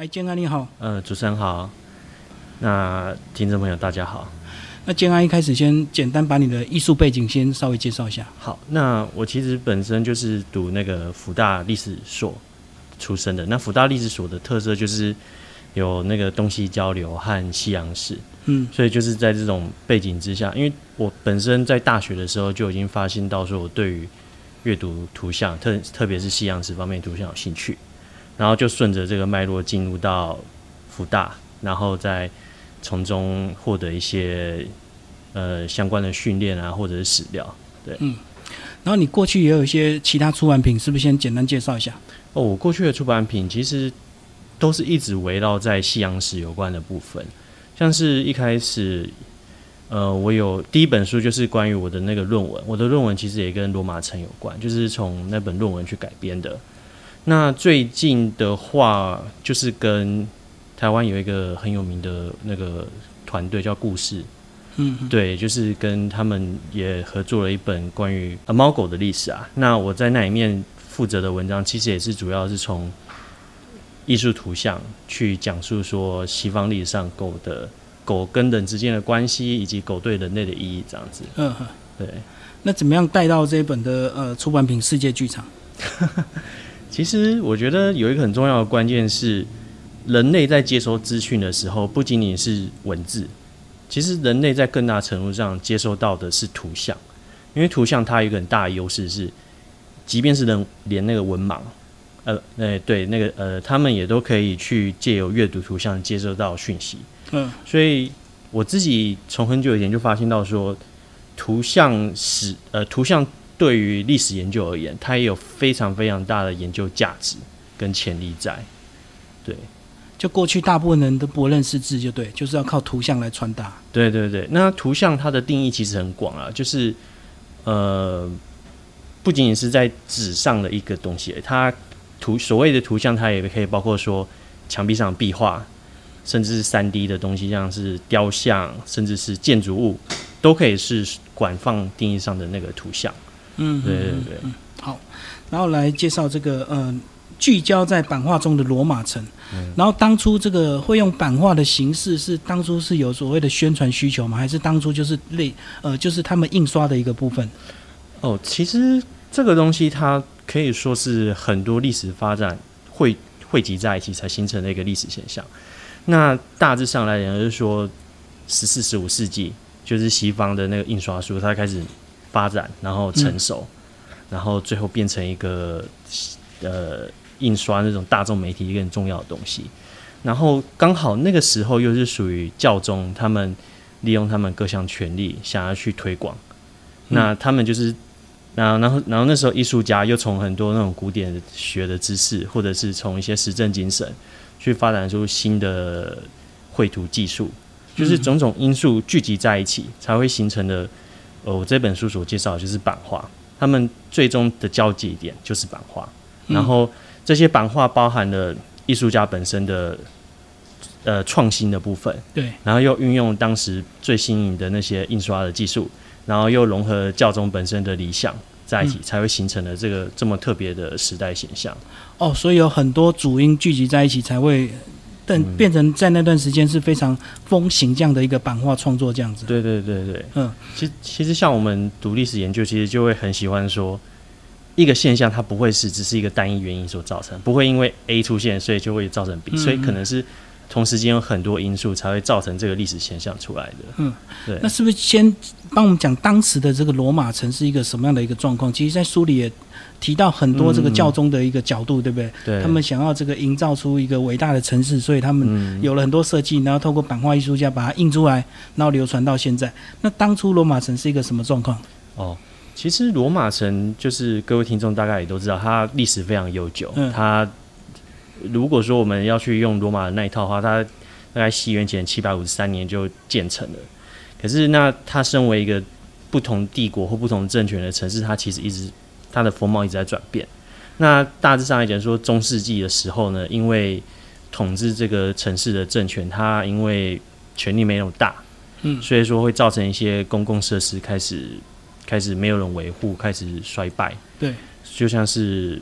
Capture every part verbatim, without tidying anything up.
哎，建安你好。 呃，主持人好，那听众朋友大家好。 那建安一开始先简单把你的艺术背景先稍微介绍一下。 好，那我其实本身就是读那个辅大历史所出身的。那辅大历史所的特色就是有那个东西交流和西洋史，嗯，所以就是在这种背景之下，因为我本身在大学的时候就已经发现到说我对于阅读图像，特特别是西洋史方面图像有兴趣。然后就顺着这个脉络进入到辅大，然后再从中获得一些呃相关的训练啊，或者是史料，对。 嗯，然后你过去也有一些其他出版品，是不是先简单介绍一下？ 哦，我过去的出版品其实都是一直围绕在西洋史有关的部分，像是一开始，呃，我有第一本书就是关于我的那个论文，我的论文其实也跟罗马城有关，就是从那本论文去改编的。那最近的话，就是跟台湾有一个很有名的那个团队叫故事，嗯，对，就是跟他们也合作了一本关于猫狗的历史啊。那我在那里面负责的文章，其实也是主要是从艺术图像去讲述说西方历史上狗的狗跟人之间的关系，以及狗对人类的意义，这样子。嗯，对。 那怎么样带到这一本的呃出版品世界剧场？ 其实我觉得有一个很重要的关键是，人类在接收资讯的时候，不仅仅是文字，其实人类在更大程度上接收到的是图像，因为图像它有一个很大的优势是，即便是人连那个文盲，呃，呃对，那个呃，他们也都可以去借由阅读图像接收到讯息。嗯，所以我自己从很久以前就发现到说，图像史呃图像。对于历史研究而言，它也有非常非常大的研究价值跟潜力在。对， 就过去大部分人都不认识字，就对，就是要靠图像来传达。 对对对，那图像它的定义其实很广啊，就是呃，不仅仅是在纸上的一个东西，它图所谓的图像，它也可以包括说墙壁上的壁画，甚至是 三 D 的东西，像是雕像，甚至是建筑物，都可以是广泛定义上的那个图像。嗯，对对对、嗯， 好，然后来介绍这个呃，聚焦在版画中的罗马城。嗯、然后当初这个会用版画的形式，是当初是有所谓的宣传需求吗？还是当初就是类呃，就是他们印刷的一个部分？ 哦，其实这个东西它可以说是很多历史发展汇汇集在一起才形成的一个历史现象。那大致上来讲，就是说十四、十五世纪，就是西方的那个印刷术，它开始发展，然后成熟，嗯、然后最后变成一个呃印刷那种大众媒体一个很重要的东西。然后刚好那个时候又是属于教宗他们利用他们各项权力想要去推广，嗯、那他们就是然后然后然后那时候艺术家又从很多那种古典学的知识，或者是从一些实证精神去发展出新的绘图技术，就是种种因素聚集在一起才会形成的。呃，我这本书所介绍的就是版画，他们最终的交界点就是版画，嗯、然后这些版画包含了艺术家本身的呃创新的部分， 对， 然后又运用当时最新颖的那些印刷的技术，然后又融合教宗本身的理想在一起，嗯、才会形成了这个这么特别的时代现象。哦， 所以有很多主因聚集在一起，才会。但变成在那段时间是非常风行这样的一个版画创作这样子。 对对对对，嗯，其实其实像我们读历史研究，其实就会很喜欢说，一个现象它不会是只是一个单一原因所造成，不会因为 A 出现，所以就会造成 B，嗯、所以可能是同时间有很多因素才会造成这个历史现象出来的。嗯，对。那是不是先帮我们讲当时的这个罗马城是一个什么样的一个状况？其实，在书里也提到很多这个教宗的一个角度，嗯、对不对？对。他们想要这个营造出一个伟大的城市，所以他们有了很多设计，然后透过版画艺术家把它印出来，然后流传到现在。那当初罗马城是一个什么状况？ 哦，其实罗马城就是各位听众大概也都知道，它历史非常悠久。嗯。它如果说我们要去用罗马的那一套的话，它大概西元前七百五十三年就建成了。可是，那它身为一个不同帝国或不同政权的城市，它其实一直它的风貌一直在转变。那大致上来讲说，中世纪的时候呢，因为统治这个城市的政权，它因为权力没那么大，嗯，所以说会造成一些公共设施开始开始没有人维护，开始衰败。 对， 就像是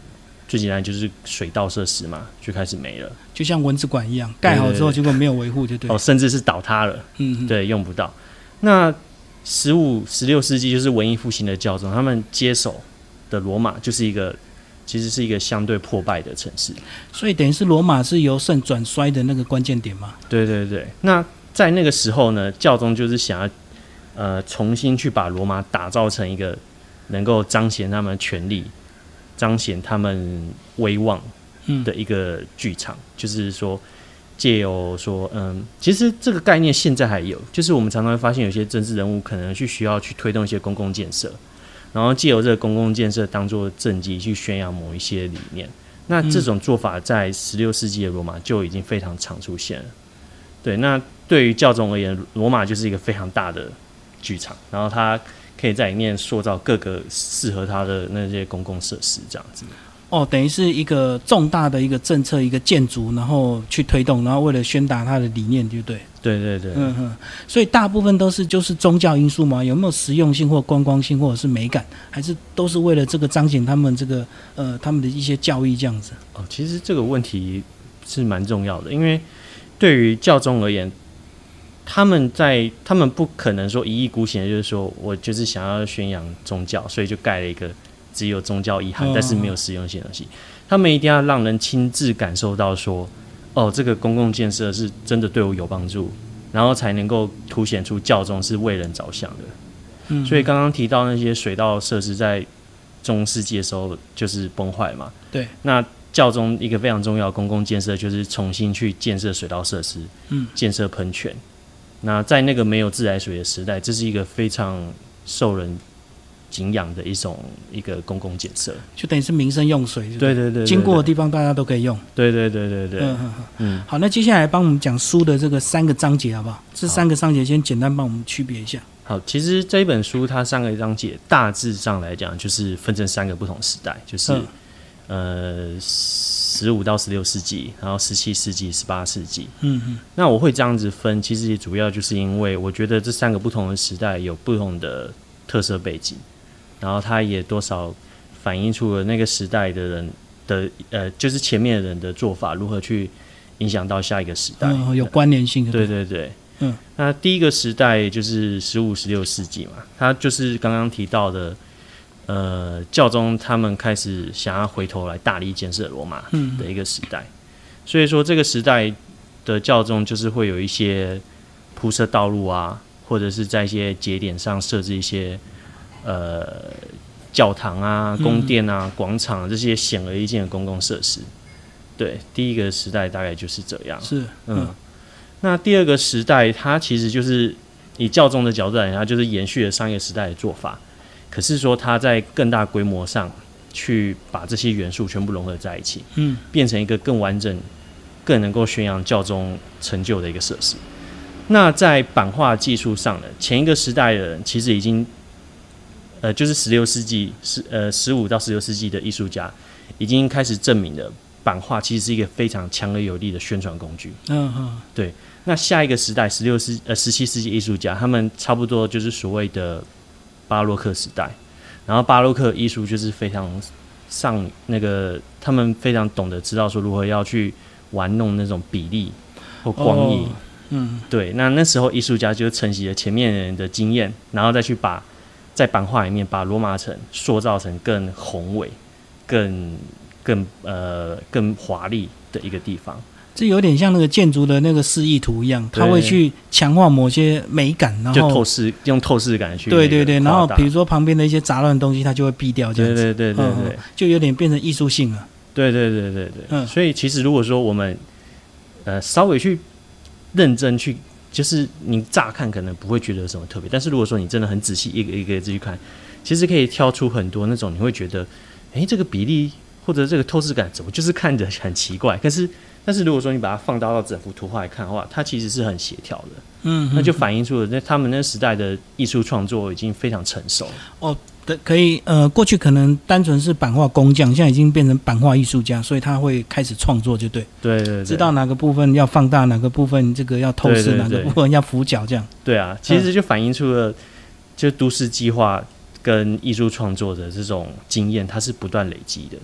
最简单就是水道设施嘛，就开始没了， 就像蚊子馆一样，盖好之后结果没有维护，就对。 哦，甚至是倒塌了，嗯，对，用不到。那十五、十六世纪就是文艺复兴的教宗，他们接手的罗马就是一个，其实是一个相对破败的城市， 所以等于是罗马是由盛转衰的那个关键点嘛。 对对对，那在那个时候呢，教宗就是想要呃重新去把罗马打造成一个能够彰显他们权力、彰显他们威望的一个剧场，嗯、就是说。借由说，嗯，其实这个概念现在还有，就是我们常常会发现有些政治人物可能去需要去推动一些公共建设，然后借由这个公共建设当作政绩去宣扬某一些理念。那这种做法在十六世纪的罗马就已经非常常出现了。对，那对于教宗而言，罗马就是一个非常大的剧场，然后它可以在里面塑造各个适合它的那些公共设施，这样子。 哦，等于是一个重大的一个政策，一个建筑，然后去推动，然后为了宣达它的理念，对不对？ 对对对， 嗯哼，所以大部分都是就是宗教因素吗？有没有实用性或观光性，或者是美感，还是都是为了这个彰显他们这个呃他们的一些教义这样子？ 哦，其实这个问题是蛮重要的，因为对于教宗而言，他们在他们不可能说一意孤行的，就是说我就是想要宣扬宗教，所以就盖了一个。只有宗教意涵，但是没有实用性的东西。他们一定要让人亲自感受到说，哦，这个公共建设是真的对我有帮助，然后才能够凸显出教宗是为人着想的。嗯，所以刚刚提到那些水道设施在中世纪的时候就是崩坏嘛。 对。 那教宗一个非常重要的公共建设就是重新去建设水道设施，嗯，建设喷泉。那在那个没有自来水的时代，这是一个非常受人敬仰的一种一个公共建设， 就等于是民生用水， 对对 对, 对, 对， 经过的地方大家都可以用， 对对对对对， 嗯嗯嗯。好，那接下来帮我们讲书的这个三个章节好不好？这三个章节先简单帮我们区别一下。 好，其实这一本书它三个章节大致上来讲就是分成三个不同时代，就是、嗯、呃十五到十六世纪，然后十七世纪、十八世纪。嗯嗯。那我会这样子分，其实主要就是因为我觉得这三个不同的时代有不同的特色背景。然后它也多少反映出了那个时代的人的呃，就是前面的人的做法如何去影响到下一个时代， 嗯、有关联性的。 对对对，嗯。那第一个时代就是十五、十六世纪嘛，它就是刚刚提到的，呃，教宗他们开始想要回头来大力建设罗马的一个时代，嗯、所以说这个时代的教宗就是会有一些铺设道路啊，或者是在一些节点上设置一些。呃，教堂啊、宫殿啊、广、嗯、场、啊、这些显而易见的公共设施，对，第一个时代大概就是这样。 是，嗯。嗯那第二个时代，它其实就是以教宗的角度来讲，它就是延续了上一个时代的做法，可是说它在更大规模上去把这些元素全部融合在一起，嗯，变成一个更完整、更能够宣扬教宗成就的一个设施。那在版画技术上呢，前一个时代的人其实已经。呃，就是十六世纪，十呃十五到十六世纪的艺术家已经开始证明了版画其实是一个非常强而有力的宣传工具。嗯嗯，对。那下一个时代，十六世呃十七世纪艺术家，他们差不多就是所谓的巴洛克时代。然后巴洛克艺术就是非常上那个，他们非常懂得知道说如何要去玩弄那种比例或光影。哦、嗯，对。那那时候艺术家就承袭了前面人的经验，然后再去把。在版画里面，把罗马城塑造成更宏伟、更更呃更华丽的一个地方。 这有点像那个建筑的那个示意图一样，它会去强化某些美感，然后就透视用透视感去对对对，然后比如说旁边的一些杂乱的东西，它就会避掉，这样子。 对对对对对， 嗯、就有点变成艺术性了。 对对对对对，嗯。所以其实如果说我们呃稍微去认真去。就是你乍看可能不会觉得有什么特别，但是如果说你真的很仔细一个一个字去看，其实可以挑出很多那种你会觉得，哎，这个比例或者这个透视感怎么就是看着很奇怪？可是，但是如果说你把它放大到整幅图画来看的话，它其实是很协调的。嗯，那就反映出了那他们那时代的艺术创作已经非常成熟。 哦，可以呃，过去可能单纯是版画工匠，现在已经变成版画艺术家，所以他会开始创作，就对。 对对对， 知道哪个部分要放大，哪个部分这个要透视，对对对，哪个部分要俯角，这样。 对啊，其实就反映出了，就都市计划跟艺术创作的这种经验，它是不断累积的。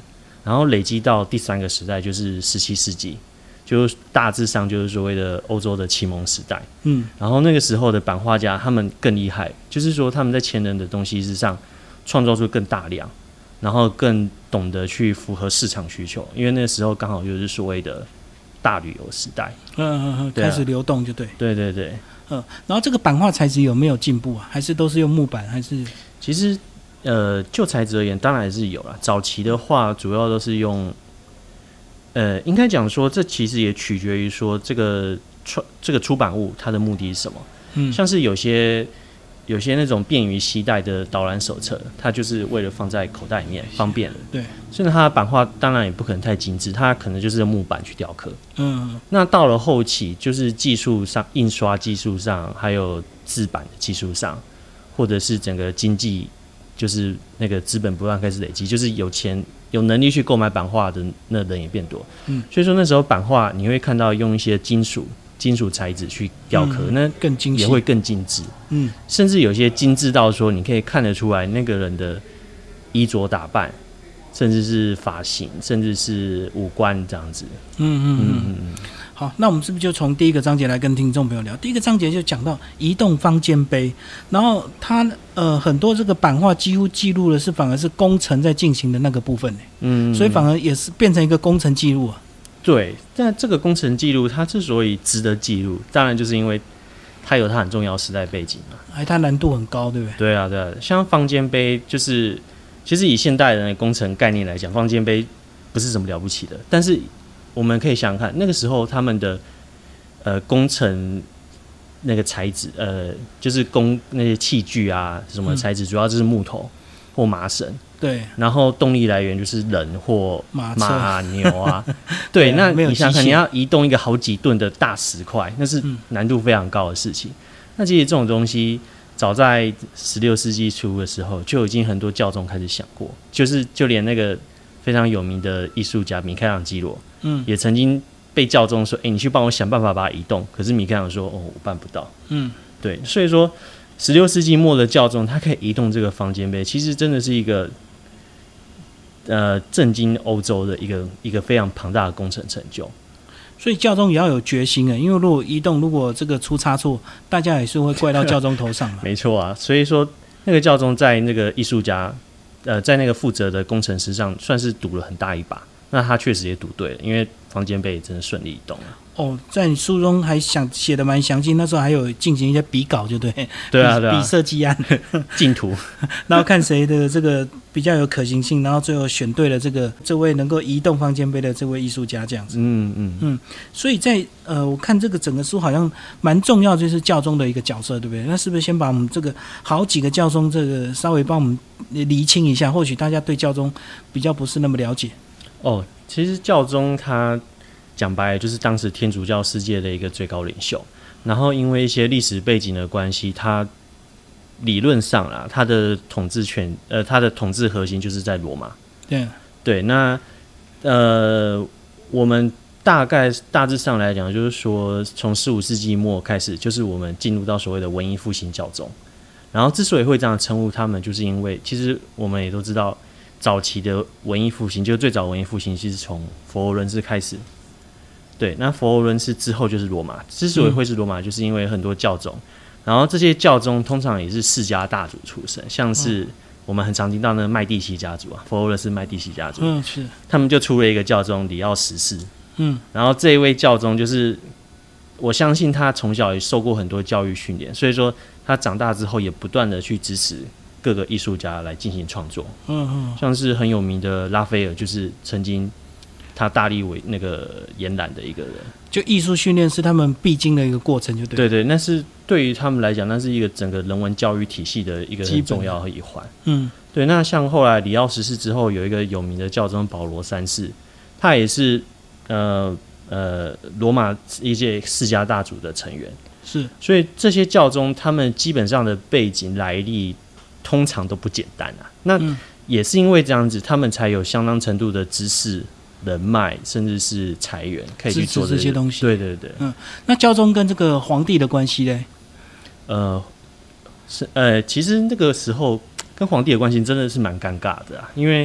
然后累积到第三个时代就是十七世纪，就大致上就是所谓的欧洲的启蒙时代。嗯，然后那个时候的版画家他们更厉害，就是说他们在前人的东西之上创造出更大量，然后更懂得去符合市场需求，因为那个时候刚好就是所谓的大旅游时代。嗯嗯嗯，开始流动就对。 对对对。 嗯，然后这个版画材质有没有进步啊？还是都是用木板？还是其实呃，就材质而言，当然是有啦。早期的话，主要都是用，呃，应该讲说，这其实也取决于说这个出这个出版物它的目的是什么。嗯，像是有些有些那种便于携带的导览手册，它就是为了放在口袋里面方便的。 对， 所以它的版画当然也不可能太精致，它可能就是用木板去雕刻。嗯，那到了后期，就是技术上、印刷技术上，还有制版的技术上，或者是整个经济。就是那个资本不断开始累积，就是有钱有能力去购买版画的那人也变多，嗯，所以说那时候版画你会看到用一些金属金属材质去雕刻，嗯、那更精细也会更精致，嗯，甚至有些精致到说你可以看得出来那个人的衣着打扮，甚至是发型，甚至是五官这样子，嗯嗯嗯嗯嗯。 好，那我们是不是就从第一个章节来跟听众朋友聊？第一个章节就讲到移动方尖碑，然后它呃很多这个版画几乎记录的是反而是工程在进行的那个部分，嗯，所以反而也是变成一个工程记录啊。 对，但这个工程记录它之所以值得记录，当然就是因为它有它很重要的时代背景嘛， 哎，它难度很高，对不对？ 对啊，对啊，像方尖碑就是其实以现代人的工程概念来讲，方尖碑不是什么了不起的，但是我们可以想想看，那个时候他们的呃工程那个材质，呃，就是工那些器具啊，什么材质，主要就是木头或麻绳。 对。 然后动力来源就是人或马马啊、牛啊。对，那你想想看，你要移动一个好几吨的大石块，那是难度非常高的事情。嗯、那其实这种东西，早在十六世纪初的时候，就已经很多教宗开始想过，就是就连那个非常有名的艺术家米开朗基罗。嗯，也曾经被教宗说：“哎、欸，你去帮我想办法把它移动。”可是米开朗说：“哦，我办不到。”嗯，对，所以说十六世纪末的教宗他可以移动这个方尖碑，其实真的是一个呃震惊欧洲的一个一个非常庞大的工程成就。 所以教宗也要有决心啊，因为如果移动，如果这个出差错，大家也是会怪到教宗头上嘛。 没错啊，所以说那个教宗在那个艺术家呃在那个负责的工程师上，算是赌了很大一把。那他确实也赌对了，因为方尖碑真的顺利移动了。 哦，在你书中还想写的蛮详细，那时候还有进行一些比稿，就对。 对啊，对啊。 比设计案、 竞图， 然后看谁的这个比较有可行性，然后最后选对了这个这位能够移动方尖碑的这位艺术家，这样子。嗯嗯嗯。所以在呃，我看这个整个书好像蛮重要，就是教宗的一个角色，对不对？那是不是先把我们这个好几个教宗这个稍微帮我们厘清一下？或许大家对教宗比较不是那么了解。 哦，其实教宗他讲白了就是当时天主教世界的一个最高领袖，然后因为一些历史背景的关系，他理论上啦，他的统治权，呃，他的统治核心就是在罗马。 对对，那呃，我们大概大致上来讲，就是说从十五世纪末开始，就是我们进入到所谓的文艺复兴教宗。然后之所以会这样称呼他们，就是因为其实我们也都知道。早期的文艺复兴，就最早文艺复兴，其实从佛罗伦斯开始。对，那佛罗伦斯之后就是罗马。之所以会是罗马，就是因为很多教宗，然后这些教宗通常也是世家大族出身，像是我们很常听到那个麦地奇家族啊，佛罗伦斯麦地奇家族， 嗯，是， 他们就出了一个教宗里奥十世，嗯，然后这一位教宗就是我相信他从小也受过很多教育训练，所以说他长大之后也不断的去支持。各个艺术家来进行创作，嗯嗯，像是很有名的拉斐尔，就是曾经他大力为那个延揽的一个人。 就艺术训练是他们必经的一个过程，就对。 对对，那是对于他们来讲，那是一个整个人文教育体系的一个很重要的一环。嗯，对。那像后来里奥十世之后，有一个有名的教宗保罗三世，他也是呃呃罗马一些世家大族的成员。 是， 所以这些教宗他们基本上的背景来历。通常都不简单啊，那也是因为这样子，他们才有相当程度的知识、人脉，甚至是财源，可以去做这些东西。 对对对， 嗯，那教宗跟这个皇帝的关系呢？ 呃，是呃，其实那个时候跟皇帝的关系真的是蛮尴尬的啊，因为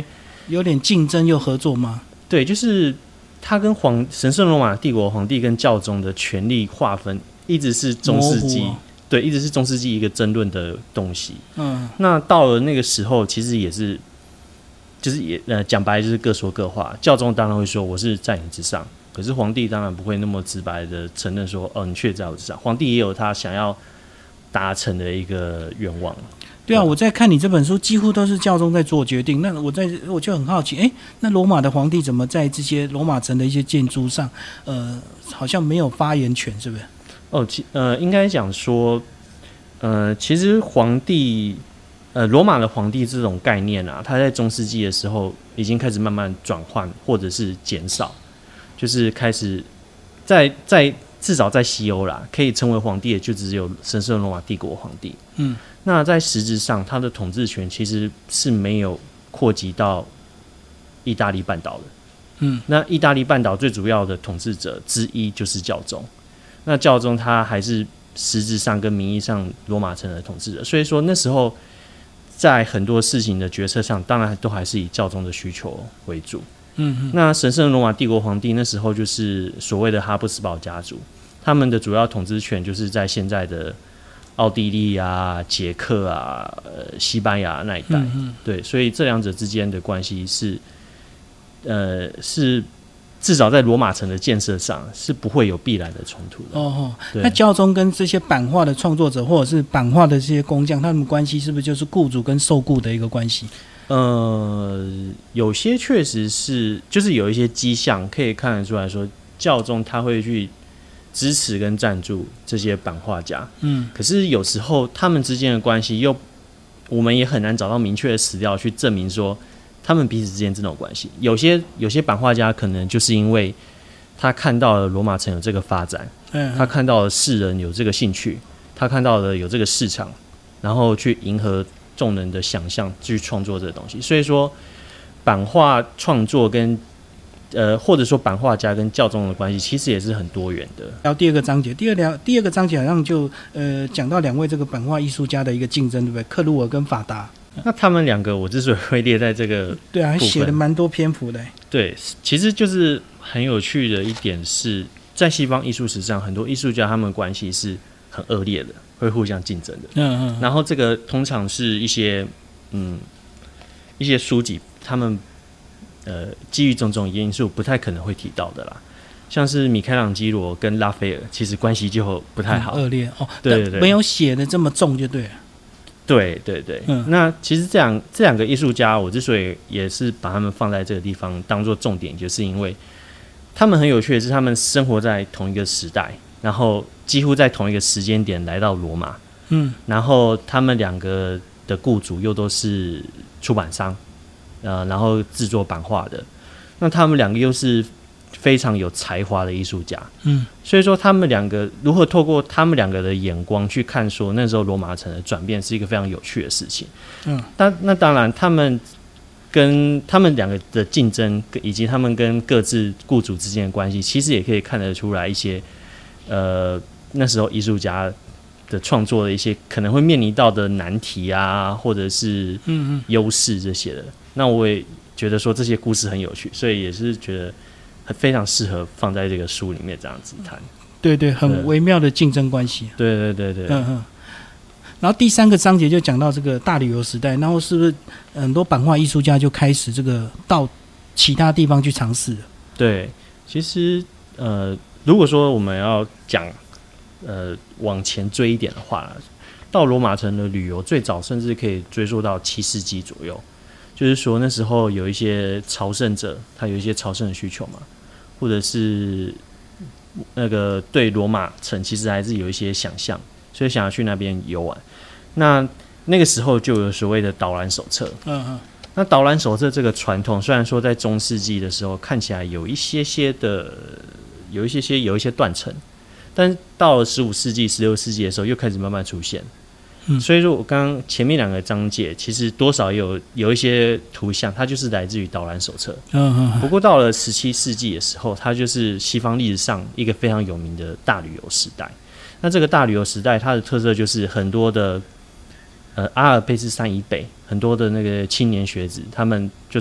有点竞争又合作吗？ 对，就是他跟皇神圣罗马帝国皇帝跟教宗的权力划分，一直是中世纪、哦、对，一直是中世纪一个争论的东西。嗯，那到了那个时候，其实也是，就是也呃讲白就是各说各话。教宗当然会说我是在你之上，可是皇帝当然不会那么直白的承认说哦你却在我之上。皇帝也有他想要达成的一个愿望。 对啊，我在看你这本书，几乎都是教宗在做决定。那我在我就很好奇，哎，那罗马的皇帝怎么在这些罗马城的一些建筑上，呃，好像没有发言权，是不是？ 哦，其呃，应该讲说，呃，其实皇帝，呃，罗马的皇帝这种概念啊，他在中世纪的时候已经开始慢慢转换或者是减少，就是开始在在至少在西欧啦，可以成为皇帝的就只有神圣罗马帝国皇帝。嗯。那在实质上，他的统治权其实是没有扩及到意大利半岛的。嗯，那意大利半岛最主要的统治者之一就是教宗。那教宗他还是实质上跟名义上罗马城的统治者，所以说那时候在很多事情的决策上，当然都还是以教宗的需求为主。嗯，那神圣罗马帝国皇帝那时候就是所谓的哈布斯堡家族，他们的主要统治权就是在现在的奥地利啊、捷克啊、呃、西班牙那一带，嗯嗯对，所以这两者之间的关系是，呃，是至少在罗马城的建设上是不会有必然的冲突的。 哦，那教宗跟这些版画的创作者或者是版画的这些工匠，他们关系是不是就是雇主跟受雇的一个关系？ 呃，有些确实是，就是有一些迹象可以看得出来说，教宗他会去支持跟赞助这些版画家，嗯，可是有时候他们之间的关系又，我们也很难找到明确的史料去证明说他们彼此之间这种关系。有些有些版画家可能就是因为他看到了罗马城有这个发展，嗯，他看到了世人有这个兴趣，他看到了有这个市场，然后去迎合众人的想象去创作这个东西。所以说，版画创作跟呃，或者说版画家跟教宗的关系，其实也是很多元的。 聊第二个章节，第二聊第二个章节好像就呃讲到两位这个版画艺术家的一个竞争，对不对？克鲁尔跟法达。 那他们两个，我之所以会列在这个， 对啊，还写了蛮多篇幅的。 对，其实就是很有趣的一点是，在西方艺术史上，很多艺术家他们关系是很恶劣的，会互相竞争的。嗯嗯。然后这个通常是一些嗯一些书籍，他们。呃，基于种种因素，不太可能会提到的啦。像是米开朗基罗跟拉斐尔，其实关系就不太好， 恶劣哦。 对对对， 没有写的这么重就对了。 对对对，嗯。那其实这样这两个艺术家，我之所以也是把他们放在这个地方当做重点，就是因为他们很有趣的是，他们生活在同一个时代，然后几乎在同一个时间点来到罗马。嗯。然后他们两个的雇主又都是出版商。呃，然后制作版画的，那他们两个又是非常有才华的艺术家，嗯，所以说他们两个如何透过他们两个的眼光去看，说那时候罗马城的转变是一个非常有趣的事情，嗯，但那当然，他们跟他们两个的竞争，以及他们跟各自雇主之间的关系，其实也可以看得出来一些，呃，那时候艺术家的创作的一些可能会面临到的难题啊，或者是优势这些的。那我也觉得说这些故事很有趣，所以也是觉得很非常适合放在这个书里面这样子谈。 对对，很微妙的竞争关系。 对对对对。嗯嗯。 然后第三个章节就讲到这个大旅游时代，然后是不是很多版画艺术家就开始这个到其他地方去尝试了？ 对，其实呃，如果说我们要讲呃往前追一点的话，到罗马城的旅游最早甚至可以追溯到七世纪左右。就是说那时候有一些朝圣者，他有一些朝圣的需求嘛，或者是那个对罗马城其实还是有一些想象，所以想要去那边游玩。那那个时候就有所谓的导览手册。嗯嗯。那导览手册这个传统，虽然说在中世纪的时候看起来有一些些的，有一些些有一些断层，但到了十五世纪、十六世纪的时候，又开始慢慢出现。嗯、所以说我刚刚前面两个章节其实多少有有一些图像，它就是来自于导览手册。嗯嗯。不过到了十七世纪的时候，它就是西方历史上一个非常有名的大旅游时代。那这个大旅游时代，它的特色就是很多的呃阿尔卑斯山以北很多的那个青年学子，他们就是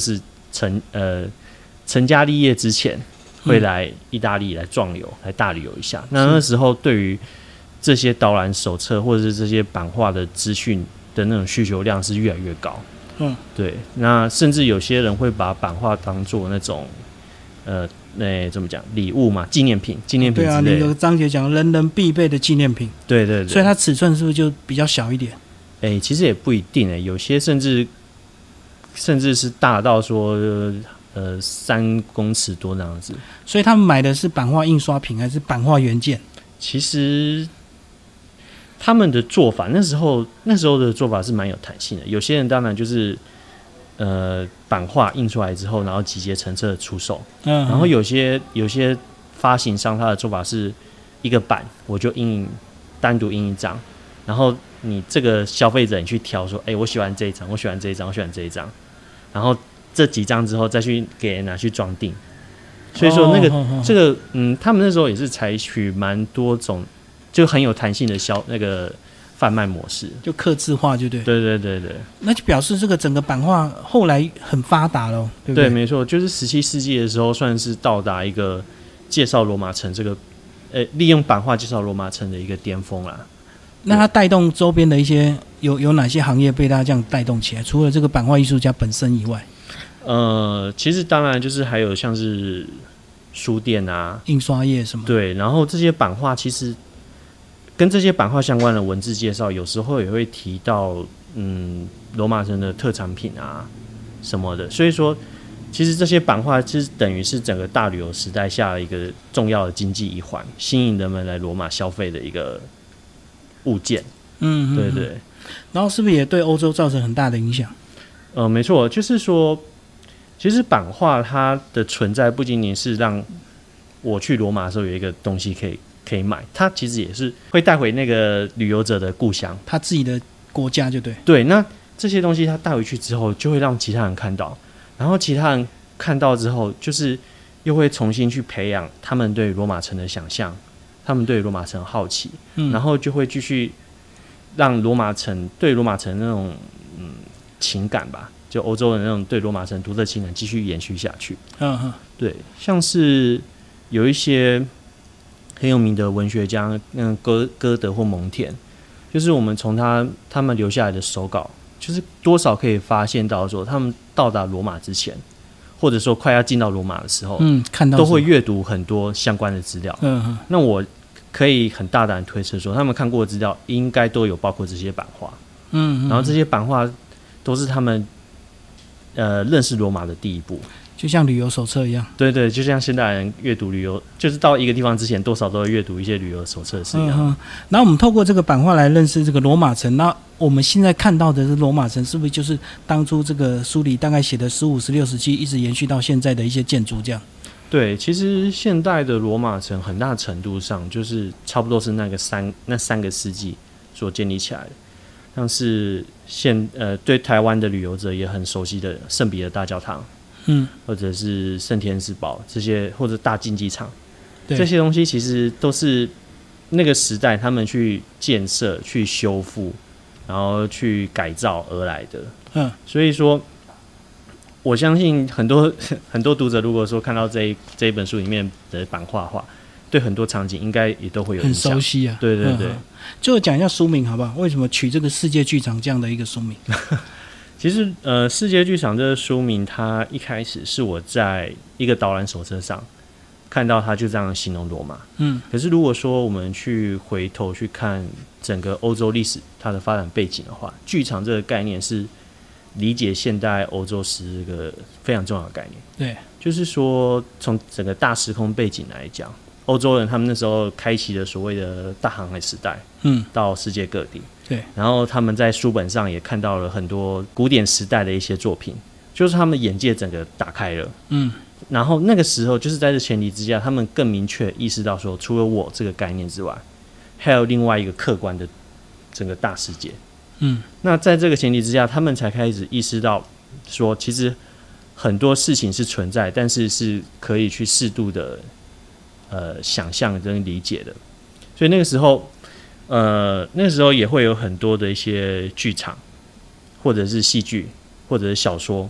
成呃成家立业之前会来意大利来壮游，来大旅游一下。那那时候对于这些导览手册或者是这些版画的资讯的那种需求量是越来越高。嗯，对。那甚至有些人会把版画当做那种呃，那怎么讲礼物嘛，纪念品，纪念品之类的。 对啊，你有章节讲人人必备的纪念品。 对对对。 所以它尺寸是不是就比较小一点？ 哎、欸，其实也不一定哎、欸，有些甚至甚至是大到说呃三公尺多那样子。 所以他们买的是版画印刷品还是版画原件？ 其实他们的做法，那时候那时候的做法是蛮有弹性的。有些人当然就是呃版画印出来之后，然后集结成册出售。嗯。然后有些有些发行商他的做法是一个版，我就印单独印一张，然后你这个消费者你去挑说，哎、欸，我喜欢这一张，我喜欢这一张，我喜欢这一张，然后这几张之后再去给人拿去装订。所以说那个、哦哦哦、这个嗯，他们那时候也是采取蛮多种，就很有弹性的销那个贩卖模式， 就客制化，就对。 对对对对。 那就表示这个整个版画后来很发达了，对不对？ 对，没错，就是十七世纪的时候，算是到达一个介绍罗马城这个，呃，利用版画介绍罗马城的一个巅峰啦。 那它带动周边的一些有有哪些行业被它这样带动起来？除了这个版画艺术家本身以外， 呃，其实当然就是还有像是书店啊、 印刷业什么。 对，然后这些版画其实跟这些版画相关的文字介绍，有时候也会提到嗯罗马城的特产品啊什么的。所以说，其实这些版画其实等于是整个大旅游时代下的一个重要的经济一环，吸引人们来罗马消费的一个物件。嗯，对对。 然后是不是也对欧洲造成很大的影响？ 呃，没错，就是说，其实版画它的存在不仅仅是让我去罗马的时候有一个东西可以可以买，它其实也是会带回那个旅游者的故乡， 他自己的国家，就对。 对，那这些东西他带回去之后，就会让其他人看到，然后其他人看到之后，就是又会重新去培养他们对罗马城的想象，他们对罗马城好奇，嗯，然后就会继续让罗马城对罗马城那种嗯情感吧，就欧洲人那种对罗马城独特情感继续延续下去。嗯哼，对，像是有一些很有名的文学家，嗯，歌歌德或蒙田，就是我们从他他们留下来的手稿，就是多少可以发现到说，他们到达罗马之前，或者说快要进到罗马的时候，嗯，看到都会阅读很多相关的资料。嗯哼，那我可以很大胆推测说，他们看过的资料应该都有包括这些版画。嗯，然后这些版画都是他们呃认识罗马的第一步。 就像旅游手册一样，对对，就像现代人阅读旅游，就是到一个地方之前，多少都会阅读一些旅游手册是一样。嗯， 然后我们透过这个版画来认识这个罗马城。那我们现在看到的这罗马城，是不是就是当初这个书里大概写的十五、十六、十七，一直延续到现在的一些建筑这样？ 对，其实现代的罗马城很大程度上就是差不多是那个三那三个世纪所建立起来的，像是现呃对台湾的旅游者也很熟悉的圣彼得大教堂。嗯，或者是圣天使堡这些，或者大竞技场，这些东西其实都是那个时代他们去建设、去修复，然后去改造而来的。嗯，所以说，我相信很多很多读者，如果说看到这一这一本书里面的版画画，对很多场景应该也都会有印象， 很熟悉啊。 对对对，嗯， 就讲一下书名好不好？为什么取这个世界剧场这样的一个书名？ 其实，呃，世界剧场这个书名，它一开始是我在一个导览手册上看到，它就这样形容罗马。嗯，可是如果说我们去回头去看整个欧洲历史它的发展背景的话，剧场这个概念是理解现代欧洲史这个非常重要的概念。对，就是说从整个大时空背景来讲，欧洲人他们那时候开启了所谓的大航海时代，嗯，到世界各地。对，然后他们在书本上也看到了很多古典时代的一些作品，就是他们眼界整个打开了。嗯，然后那个时候就是在这前提之下，他们更明确意识到说，除了我这个概念之外，还有另外一个客观的整个大世界。嗯，那在这个前提之下，他们才开始意识到说，其实很多事情是存在，但是是可以去适度的呃想象跟理解的。所以那个时候。呃，那时候也会有很多的一些剧场，或者是戏剧，或者是小说，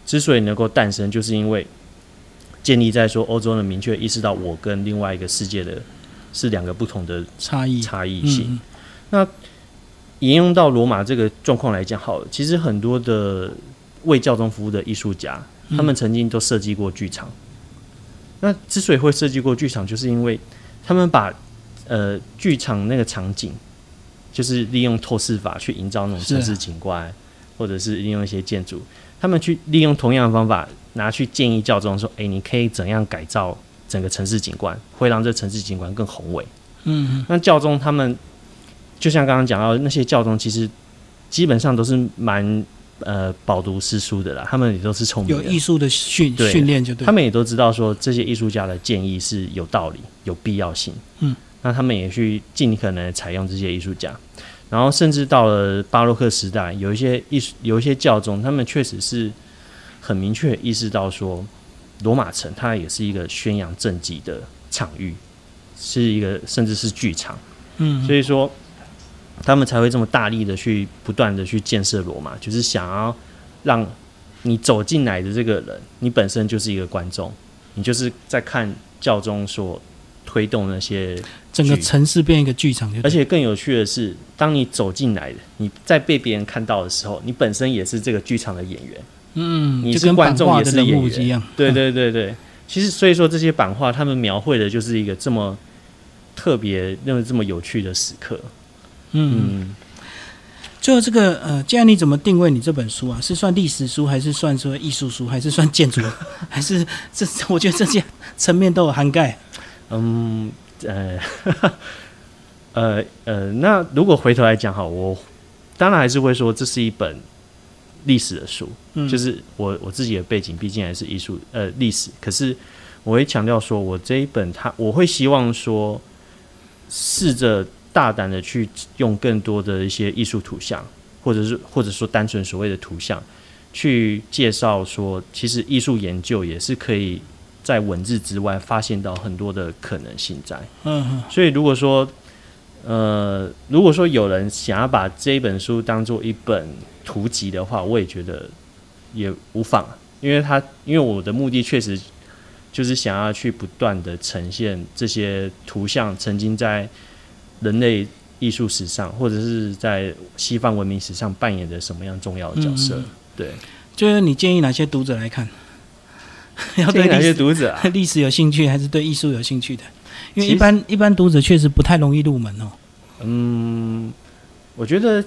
之所以能够诞生，就是因为建立在说欧洲人明确意识到我跟另外一个世界的是两个不同的差异差异性。 嗯、 那沿用到罗马这个状况来讲，好了，其实很多的为教宗服务的艺术家，他们曾经都设计过剧场。嗯、那之所以会设计过剧场，就是因为他们把呃剧场那个场景，就是利用透视法去营造那种城市景观，或者是利用一些建筑，他们去利用同样的方法拿去建议教宗说：“哎、欸，你可以怎样改造整个城市景观，会让这城市景观更宏伟。”嗯，那教宗他们就像刚刚讲到，那些教宗其实基本上都是蛮呃饱读诗书的啦，他们也都是聪明的， 有艺术的训训练，就对， 他们也都知道说这些艺术家的建议是有道理、有必要性。嗯，那他们也去尽可能的采用这些艺术家。然后甚至到了巴洛克时代，有一些艺术，有一些教宗，他们确实是很明确意识到说，罗马城它也是一个宣扬政绩的场域，是一个甚至是剧场。嗯，所以说他们才会这么大力的去不断的去建设罗马，就是想要让你走进来的这个人，你本身就是一个观众，你就是在看教宗所推动那些整个城市变一个剧场， 而且更有趣的是，当你走进来的，你在被别人看到的时候，你本身也是这个剧场的演员。嗯，你是观众也是演员一样。对对对对，其实所以说这些版画，他们描绘的就是一个这么特别、认为这么有趣的时刻。嗯。嗯， 最后这个呃，既然你怎么定位你这本书啊？是算历史书，还是算说艺术书，还是算建筑，还是这？我觉得这些层面都有涵盖。 嗯，呃，呃呃，那如果回头来讲，好，我当然还是会说这是一本历史的书，嗯、就是我我自己的背景毕竟还是艺术呃历史，可是我会强调说，我这一本它我会希望说，试着大胆的去用更多的一些艺术图像，或者是或者说单纯所谓的图像，去介绍说，其实艺术研究也是可以在文字之外发现到很多的可能性在。嗯，所以如果说，呃，如果说有人想要把这一本书当做一本图集的话，我也觉得也无妨，因为它因为我的目的确实就是想要去不断的呈现这些图像曾经在人类艺术史上，或者是在西方文明史上扮演的什么样重要的角色。嗯、对， 就是你建议哪些读者来看？ 要对哪些读者啊？ 历史有兴趣，还是对艺术有兴趣的？因为一般一般读者确实不太容易入门哦。 嗯，我觉得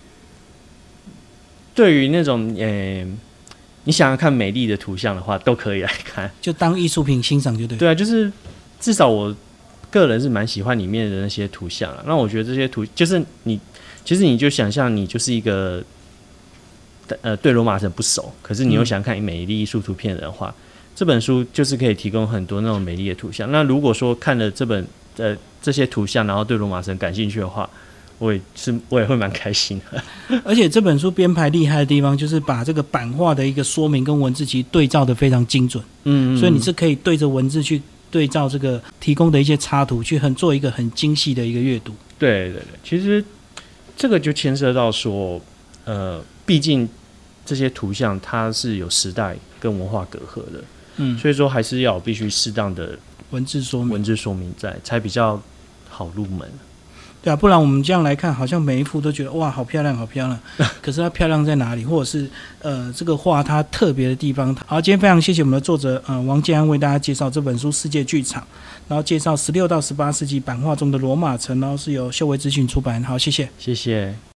对于那种呃，你想要看美丽的图像的话，都可以来看， 就当艺术品欣赏就对。 对啊，就是至少我个人是蛮喜欢里面的那些图像啊。那我觉得这些图，就是你其实你就想象你就是一个呃对罗马城不熟，可是你又想看美丽艺术图片的话。嗯，这本书就是可以提供很多那种美丽的图像。那如果说看了这本呃这些图像，然后对罗马城感兴趣的话，我也是我也会蛮开心的。 而且这本书编排厉害的地方，就是把这个版画的一个说明跟文字其实对照的非常精准。嗯，所以你是可以对着文字去对照这个提供的一些插图，去很做一个很精细的一个阅读。 对对对，其实这个就牵涉到说，呃，毕竟这些图像它是有时代跟文化隔阂的。嗯，所以说还是要有必须适当的文字说明， 文字说明在，才比较好入门。 对啊，不然我们这样来看，好像每一幅都觉得哇，好漂亮，好漂亮。可是它漂亮在哪里，或者是呃，这个画它特别的地方。好，今天非常谢谢我们的作者呃王建安为大家介绍这本书《世界剧场》，然后介绍十六到十八世纪版画中的罗马城，然后是由秀威资讯出版。好，谢谢， 谢谢。